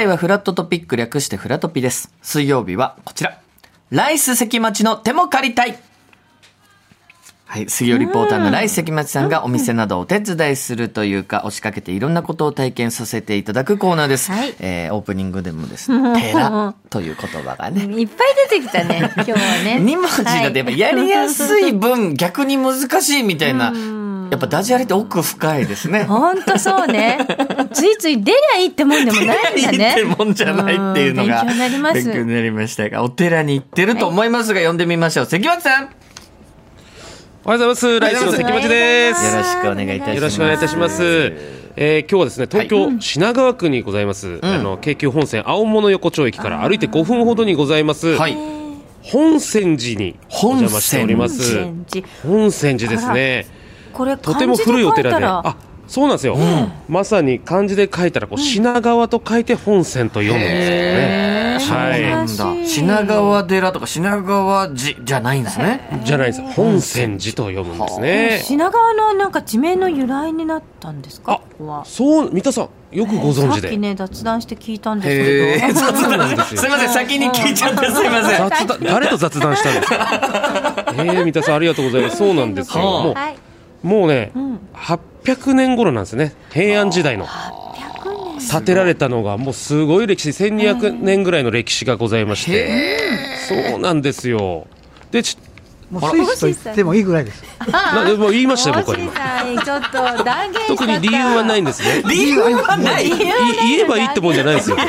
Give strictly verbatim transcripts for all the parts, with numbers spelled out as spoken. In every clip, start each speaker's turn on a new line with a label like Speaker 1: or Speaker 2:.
Speaker 1: 回はフラットトピック略してフラトピです。水曜日はこちら、ライス関町の手も借りたい。はい、水曜リポーターのライス関町さんがお店などをお手伝いするというか、押しかけていろんなことを体験させていただくコーナーです。はい、えー、オープニングでもですね、寺という言葉がね、
Speaker 2: いっぱい出てきたね、今日はね。
Speaker 1: に文字だとやっぱやりやすい分、逆に難しいみたいな。やっぱダジャレって奥深いですね。
Speaker 2: 本当そうね。ついつい出りゃいいってもんでもないんだね。
Speaker 1: 出りゃいいってもんじゃないっていうのが
Speaker 2: 勉強になります。
Speaker 1: 勉強になりましたが、お寺に行ってると思いますが、呼んでみましょう。関町さん。
Speaker 3: おはようございます。ライスの関町です。
Speaker 1: よろしくお願いいたします。
Speaker 3: よろしくお願いいたします。えー、今日はですね、東京、はい、品川区にございます、うん、あの京急本線青物横丁駅から歩いてごふんほどにございます、はい、本泉寺にお邪魔しております。本泉寺ですね。
Speaker 2: これ
Speaker 3: とても古いお寺で、あ、そうなんですよ、うん、まさに漢字で書いたらこう品川と書いて本泉と読むんですよね。
Speaker 1: はい、なんだ、品川寺とか品川寺じゃないんですね。
Speaker 3: じゃないです、本泉寺と読むんですね。
Speaker 2: 品川のなんか地名の由来になったんですか。ここは
Speaker 3: そう、三田さんよくご存知で。
Speaker 2: さっきね雑談して聞いたんですけど、
Speaker 1: 雑談ですすいません、先に聞いちゃってすいません。
Speaker 3: 雑談、誰と雑談したんですか。えー、三田さんありがとうございます。そうなんですよ。もう、はい、もうね、うん、はっぴゃくねん頃なんですね。平安時代の建てられたのがもうすごい歴史、せんにひゃくねんぐらいの歴史がございまして、そうなんですよ。でち
Speaker 4: もうスイスと言ってもいいぐらいです。
Speaker 3: なでも言いましたよ、僕は今。
Speaker 2: ちょっと断言し
Speaker 3: 特に理由はないんですね。
Speaker 1: 理由はない。
Speaker 3: 言えばいいってもんじゃないですよ。ね、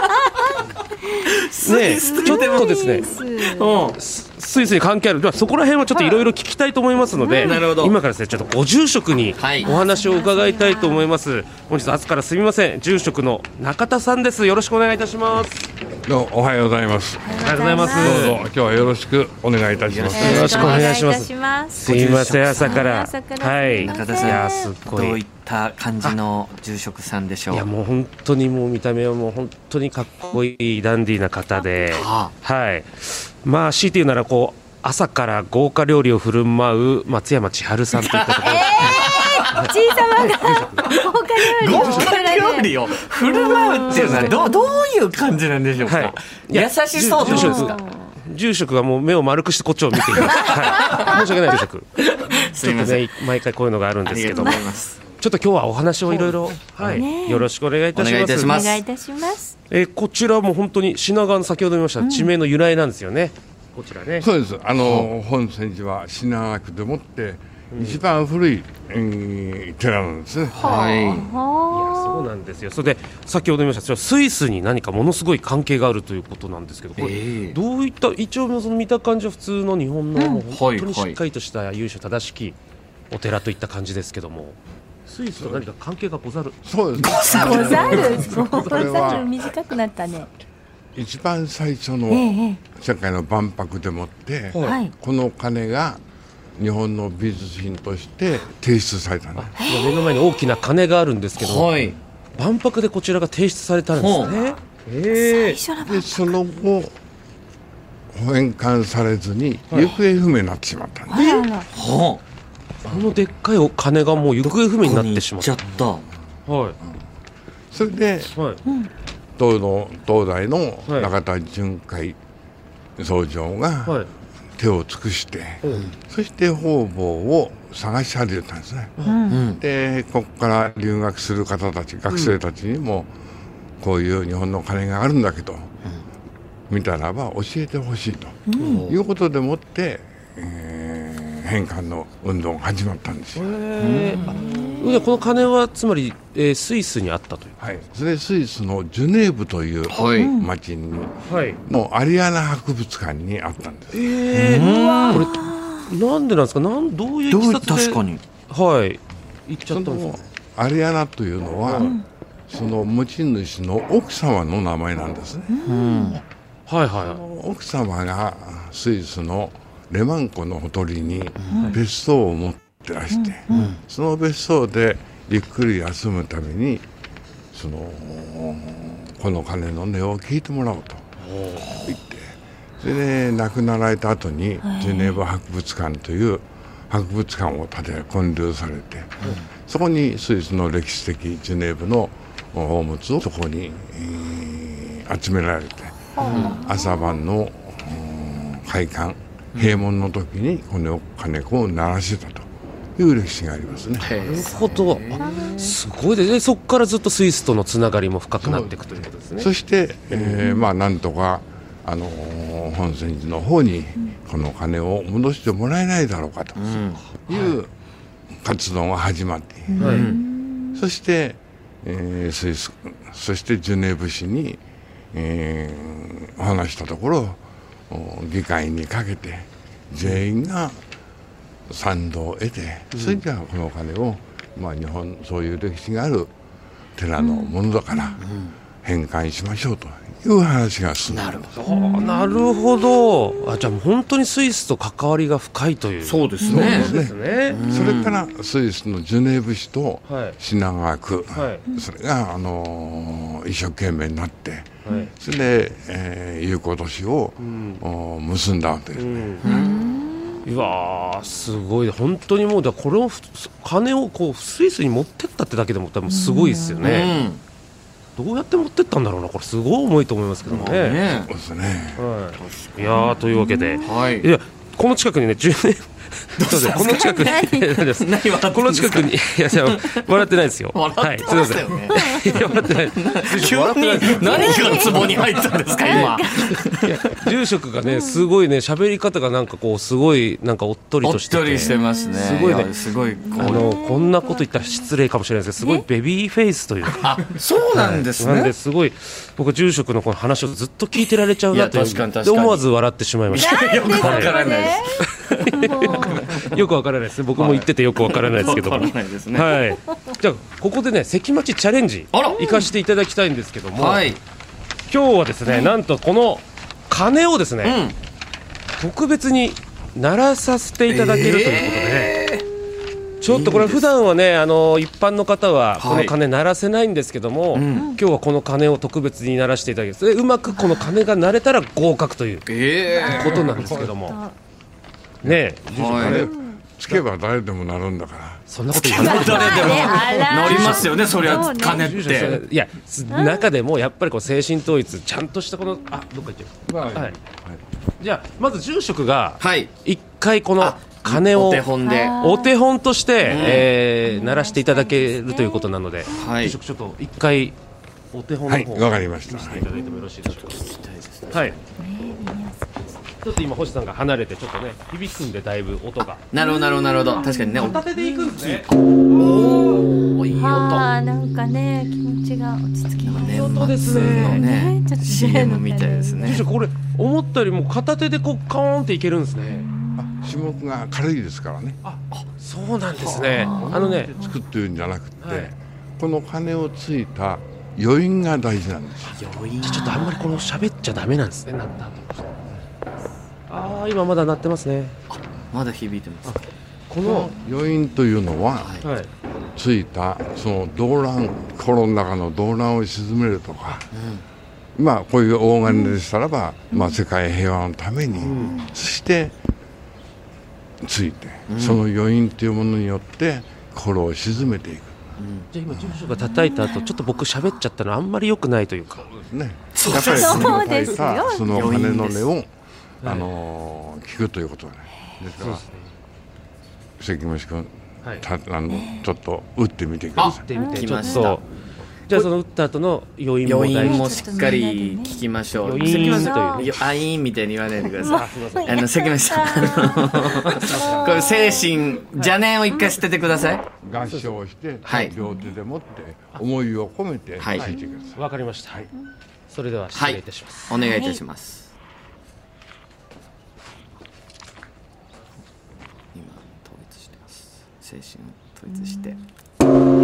Speaker 3: ちょっとですね、スイスに関係ある、そこら辺はちょっといろいろ聞きたいと思いますので、うん、今からですね、ちょっとご住職にお話を伺いたいと思います。はい、本日朝からすみません、住職の中田さんです。よろしくお願いいたします。
Speaker 5: どうもおはようございます。
Speaker 2: おはようございます。
Speaker 5: どうぞ今日はよろしくお願いいたします。
Speaker 3: よろしくお願いします。すいません、朝から
Speaker 1: はい、中田さん、いやすっごいどういった感じの住職さんでしょう。
Speaker 3: いやもう本当にもう見た目はもう本当にかっこいいダンディーな方で、はあ、はい、まあ強いて言うならこう朝から豪華料理を振る舞う松山千春さんといったところ、
Speaker 2: えー、小さまが豪華料理を
Speaker 1: 豪華料理を振る舞うっていうのはどう、どういう感じなんでしょうか。はい、優しそうってことですか。
Speaker 3: 住職がもう目を丸くしてこっちを見ています。はい、申し訳ない住職。ちょっとね、毎回こういうのがあるんですけども、ちょっと今日はお話をいろいろよろしくお願いいたします。
Speaker 2: お願いいたします。
Speaker 3: えー、こちらも本当に品川の先ほど見ました地名の由来なんですよね。こちらね。
Speaker 5: そうです。あの本泉寺は品川区でもって一番古い、えー、寺なんですね。
Speaker 3: はい。いやそうなんですよ。それで先ほど言いましたスイスに何かものすごい関係があるということなんですけど、これ、えー、どういった一応その見た感じは普通の日本の、うん、もう本当にしっかりとした由緒正しきお寺といった感じですけども、スイスと何か関係がござる。
Speaker 5: そうです。
Speaker 2: ござる。ござる短くなったね。
Speaker 5: 一番最初の世界の万博でもって、はい、この鐘が日本の美術品として提出されたんです。
Speaker 3: 目の前に大きな鐘があるんですけど、はい、万博でこちらが提出されたんですね。
Speaker 5: えー、でその後返還されずに行方不明になってしまったんです。はい、
Speaker 3: このでっかい鐘がもう行方不明になってしまった。
Speaker 5: はい、それで、はい、東, の東大の中田純海総長が手を尽くして、はい、そして方々を探し始めたんですね。うん、でここから留学する方たち、学生たちにもこういう日本の鐘があるんだけど、うん、見たらば教えてほしいと、うん、いうことでもって、えー、返還の運動が始まったんですよ。へ
Speaker 3: ー、この鐘はつまり、えー、スイスにあったという。
Speaker 5: はい、それスイスのジュネーブという町に、はい、のアリアナ博物館にあったんです。
Speaker 3: えー、これなんでなんですか。なんどういういきさつで
Speaker 1: 確かに、
Speaker 3: はい、行っちゃったんですか。
Speaker 5: アリアナというのは、うん、その持ち主の奥様の名前なんですね。うん、はいはい、奥様がスイスのレマン湖のほとりに別荘を持ってらして、うんうん、その別荘でゆっくり休むためにそのこの鐘の音を聞いてもらおうと言って、それで亡くなられた後にジュネーブ博物館という博物館を建て建立されて、うん、そこにスイスの歴史的ジュネーブの宝物をそこに、えー、集められて、うん、朝晩の、うん、開館閉門の時にこの鐘子を鳴らしてたという歴史がありますね。
Speaker 3: なるほど。すごいですね。そこからずっとスイスとのつながりも深くなっていくということですね。
Speaker 5: そして、えーまあ、なんとかあのー、本泉寺の方にこの鐘を戻してもらえないだろうかという活動が始まって、はい、そして、えー、スイスそしてジュネーブ市に、えー、お話したところ議会にかけて全員が賛同を得て、うん、それじゃあこのお金を、まあ、日本そういう歴史がある寺のものだから返還しましょうという話が進んだ。
Speaker 3: なるほど、なるほど。あ、じゃあもう本当にスイスと関わりが深いという。
Speaker 1: そうですね。
Speaker 5: そうですね。それからスイスのジュネーブ市と品川区、はい、それが、あのー、一生懸命になって、はい、それで、えー、友好都市を、うん、結んだわけですね。うん
Speaker 3: うん、うわー、すごい。本当にもうだこれを金をこうスイスに持ってったってだけでも多分すごいですよね。うん、どうやって持ってったんだろうな。これすごい重いと思いますけどもね。
Speaker 5: ね、そうですね。
Speaker 3: はい、いやー、というわけで、はい、いやこの近くにねじゅうねんこの近くにこの近くにいやいや笑ってないですよ。
Speaker 1: 笑ってましたよね。はい、すいません。笑ってない。急に何が壺に入ったんですか今。
Speaker 3: いや住職がねすごいね喋り方がなんかこうすごいなんかおっとりとしてて、
Speaker 1: おっとりしてますね。
Speaker 3: すごいね。
Speaker 1: すごい
Speaker 3: あのこんなこと言ったら失礼かもしれないですけど、すごいベビーフェイスというか。
Speaker 1: あ、そうなんですね。
Speaker 3: なんですごい僕住職のこの話をずっと聞いてられちゃうなというで思わず笑ってしまいました。
Speaker 1: よくわからないです。
Speaker 3: よくわからないですね。僕も言っててよくわからないですけども、はい、はい、じゃあここでね関町チャレンジ行かせていただきたいんですけども、はい、今日はですねなんとこの鐘をですね、うん、特別に鳴らさせていただけるということで、えー、ちょっとこれ普段はねあの一般の方はこの鐘鳴らせないんですけども、はい、今日はこの鐘を特別に鳴らしていただきます。でうまくこの鐘が鳴れたら合格ということなんですけども、ねえ、はい、
Speaker 5: つけば誰でもなるんだから。
Speaker 3: そんなこと言わないで
Speaker 1: 誰でもなりますよね。そりゃ鐘って。
Speaker 3: いや中でもやっぱりこう精神統一ちゃんとしたこのあどっか行ってる。はい。はい、じゃあまず住職が一回この鐘をお手本でお手本として、うんえー、鳴らしていただけるということなので、はい、住職ちょっと一回お手本の方を
Speaker 5: わかりました。
Speaker 3: していただいてもよろしいでしょうか。聞きたいですね。はい。ちょっと今星さんが離れてちょっとね響くんでだいぶ音が。
Speaker 1: なるほどなるほどなるほど。確かにね。
Speaker 3: 片手でいくんですね。
Speaker 1: おおいい音。
Speaker 2: あなんかね気持ちが落ち着きます。
Speaker 3: いい音ですね。
Speaker 1: ねちょっと シーエム みたいですね。
Speaker 3: これ思ったよりも片手でこうカーンっていけるんですね。
Speaker 5: あ種目が軽いですからね。
Speaker 3: あそうなんですね。あのね
Speaker 5: 作ってるんじゃなくて、はい、この鐘をついた余韻が大事なんです。
Speaker 3: 余韻。じゃちょっとあんまりこの喋っちゃダメなんですね。なんだああ今まだ鳴ってますね。
Speaker 1: まだ響いてます。
Speaker 3: この
Speaker 5: 余韻というのは、はい、ついたその動乱心の中の動乱を鎮めるとか、うん、まあこういう大金でしたらば、うんまあ、世界平和のために、うん、そしてついて、うん、その余韻というものによって心を鎮めていく。
Speaker 3: うん、じゃあ今住所が叩いた後ちょっと僕喋っちゃったのあんまり良くないというか。
Speaker 5: そうですね。やっぱりその叩いたその鐘の音をあのー、聞くということね。ですから関町君、はい、たあのちょっと打ってみてください。
Speaker 3: 打ってみてちょっとじゃあその打った後の余韻も大事。
Speaker 1: 余韻もしっかり聞きましょう。
Speaker 3: 余韻という
Speaker 1: あいーんみたいに言わないでください。あの関町さんこれ精神邪念を一回捨ててください。
Speaker 5: 合掌して、はい、両手で持って思いを込めてついてください。
Speaker 3: わかりました。はい、それでは失礼いたします。
Speaker 1: はい、お願いいたします。精神を統一して、うん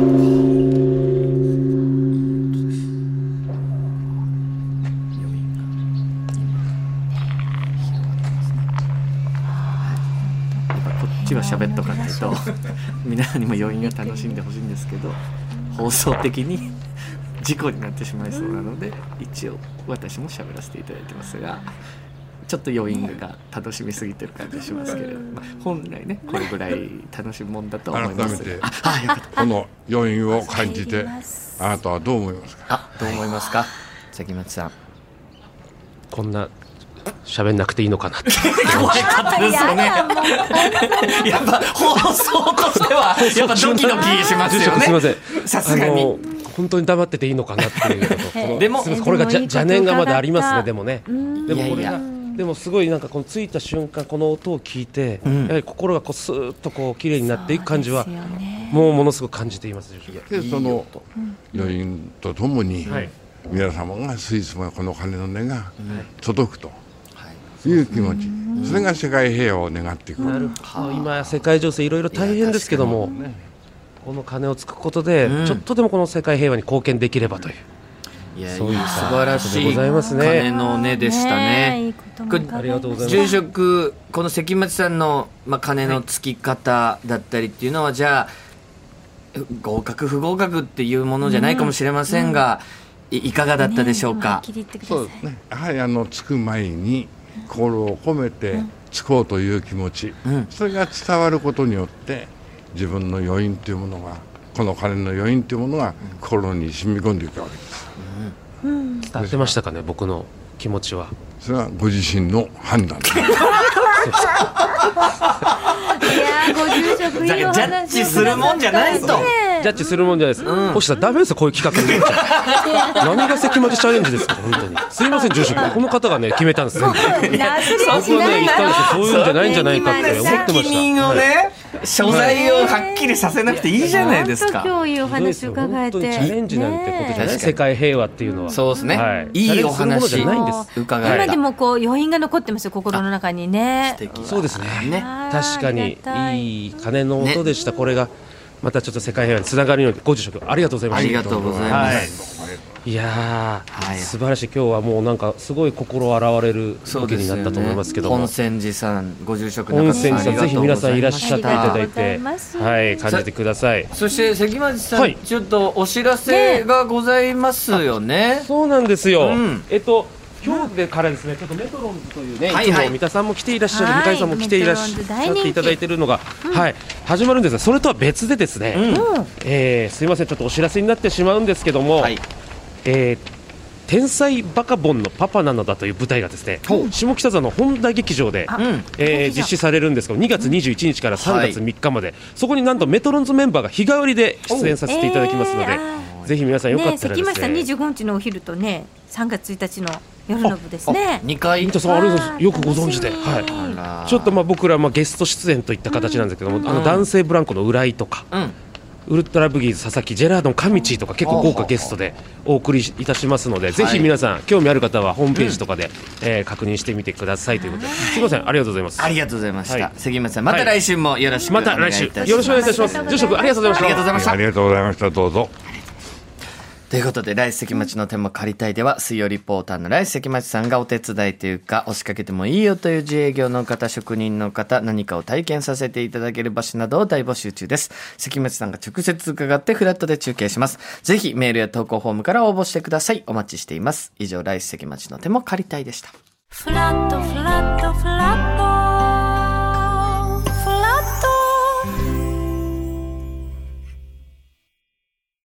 Speaker 1: こっちは喋っとかないと皆さんにも余韻を楽しんでほしいんですけど放送的に事故になってしまいそうなので一応私も喋らせていただいてますがちょっと余韻が楽しみすぎてる感じしますけれど、まあ、本来ねこれぐらい楽しむもんだと思います。
Speaker 5: 改めてこの余韻を感じてあなたはどう思いますか。
Speaker 1: あ、どう思いますか、関町さん。
Speaker 3: こんな喋んなくていいのかなって
Speaker 1: 怖かったですよね。やっぱ放送としてはやっぱドキドキしますよね。
Speaker 3: すみません、
Speaker 1: さすがに
Speaker 3: 本当に黙ってていいのかなっていうことこの
Speaker 1: でも
Speaker 3: これがじゃ邪念がまだありますね。でもね、でもこれが
Speaker 1: いやいや
Speaker 3: でもすごいなんかこのついた瞬間この音を聞いて、うん、やはり心がこうスーッとこう綺麗になっていく感じはもうものすごく感じています。
Speaker 5: でその余韻とともに、はい、皆様がスイスのこの鐘の音が届くという気持ち、うん、それが世界平和を願っていく。
Speaker 3: なるほど。今世界情勢いろいろ大変ですけども、この鐘をつくことで、うん、ちょっとでもこの世界平和に貢献できればという。
Speaker 1: いや、そういう素晴らしい鐘の音でしたね。
Speaker 3: ありがとうございます。
Speaker 1: 住職、この関町さんの、まあ、鐘のつき方だったりっていうのは、はい、じゃあ合格不合格っていうものじゃないかもしれませんが、うんうん、い, いかがだったでしょうか。
Speaker 5: ね、そうですね。やはりあのつく前に心を込めてつこうという気持ち、うん、それが伝わることによって自分の余韻というものが、この鐘の余韻というものが心に染み込んでいくわけです。
Speaker 3: うん、伝わってましたかね、僕の気持ちは。
Speaker 5: それはご自身の判断です。いや
Speaker 2: ご住職いいお話を
Speaker 1: ジャッジするもんじゃないと。
Speaker 3: ジャッジするもんじゃないです。うん、星さんダメですよ、こういう企画になっちゃう。何が関町チャレンジですか、本当に。すいません、住職、この方がね決めたんですね。僕はね言ったんですよ、そういうんじゃないんじゃないかって思ってました。
Speaker 1: 責任をね、はい、所在をはっきりさせなくていいじゃないですか。
Speaker 2: 今日いうお話を伺えて、
Speaker 3: 本当にチャレンジなんてことじゃない、世界平和っていうのは。
Speaker 1: そうですね、はい、いいお話伺えた。
Speaker 2: 今でもこう余韻が残ってますよ、心の中にね。
Speaker 3: そうですね、ね、確かにいい鐘の音でした、ね、これがまたちょっと世界平和につながるように、ご住職ありがとうございました。
Speaker 1: ありがとうございます、
Speaker 3: はい、いやー、はい、素晴らしい。今日はもうなんかすごい心洗われる時になったと思いますけども、
Speaker 1: 本泉寺さん、ご住職
Speaker 3: 本泉寺さん、ぜひ皆さんいらっしゃっていただいて、はい、感じてください。
Speaker 1: そして関町さん、はい、ちょっとお知らせがございますよね。
Speaker 3: そうなんですよ、うん、えっと今日でからですね、ちょっとメトロンズというね、はいはい、いつも三田さんも来ていらっしゃる、はい、向井さんも来ていらっしゃっていただいているのが、うん、はい、始まるんですが、それとは別でですね、うん、えー、すいません、ちょっとお知らせになってしまうんですけども、はい、えー、天才バカボンのパパなのだという舞台がですね、下北沢の本田劇場で、えー、実施されるんですけど、にがつにじゅういちにちからさんがつみっかまで、はい、そこになんとメトロンズメンバーが日替わりで出演させていただきますので、えー、ぜひ皆さんよかったらですね、
Speaker 2: 関町さんにじゅうごにちのお昼とね、さんがつついたちの夜の部ですね。
Speaker 1: にかい。
Speaker 3: 三田さん、ありがとうございます。よくご存知で、はい、ちょっとまあ僕らまあゲスト出演といった形なんですけども、うん、あの男性ブランコの浦井とか、うん、ウルトラブギーズ佐々木、ジェラードン上地とか結構豪華ゲストでお送りいたしますので、ぜひ皆さん興味ある方はホームページとかで、うん、えー、確認してみてくださいということで、すみません、ありがとうございます。
Speaker 1: ありがとうございました、はい、関町さん、また来週もよろしくお願いいたします。
Speaker 3: また来週よろしくお願いいたします。住職ありがとうございました。
Speaker 1: ありがとうございました。
Speaker 5: ありがとうございました。どうぞ。
Speaker 1: ということで、ライス関町の手も借りたいでは、水曜リポーターのライス関町さんがお手伝いというか、押しかけてもいいよという自営業の方、職人の方、何かを体験させていただける場所などを大募集中です。関町さんが直接伺ってフラットで中継します。ぜひメールや投稿フォームから応募してください。お待ちしています。以上、ライス関町の手も借りたいでした。フラットフラットフラット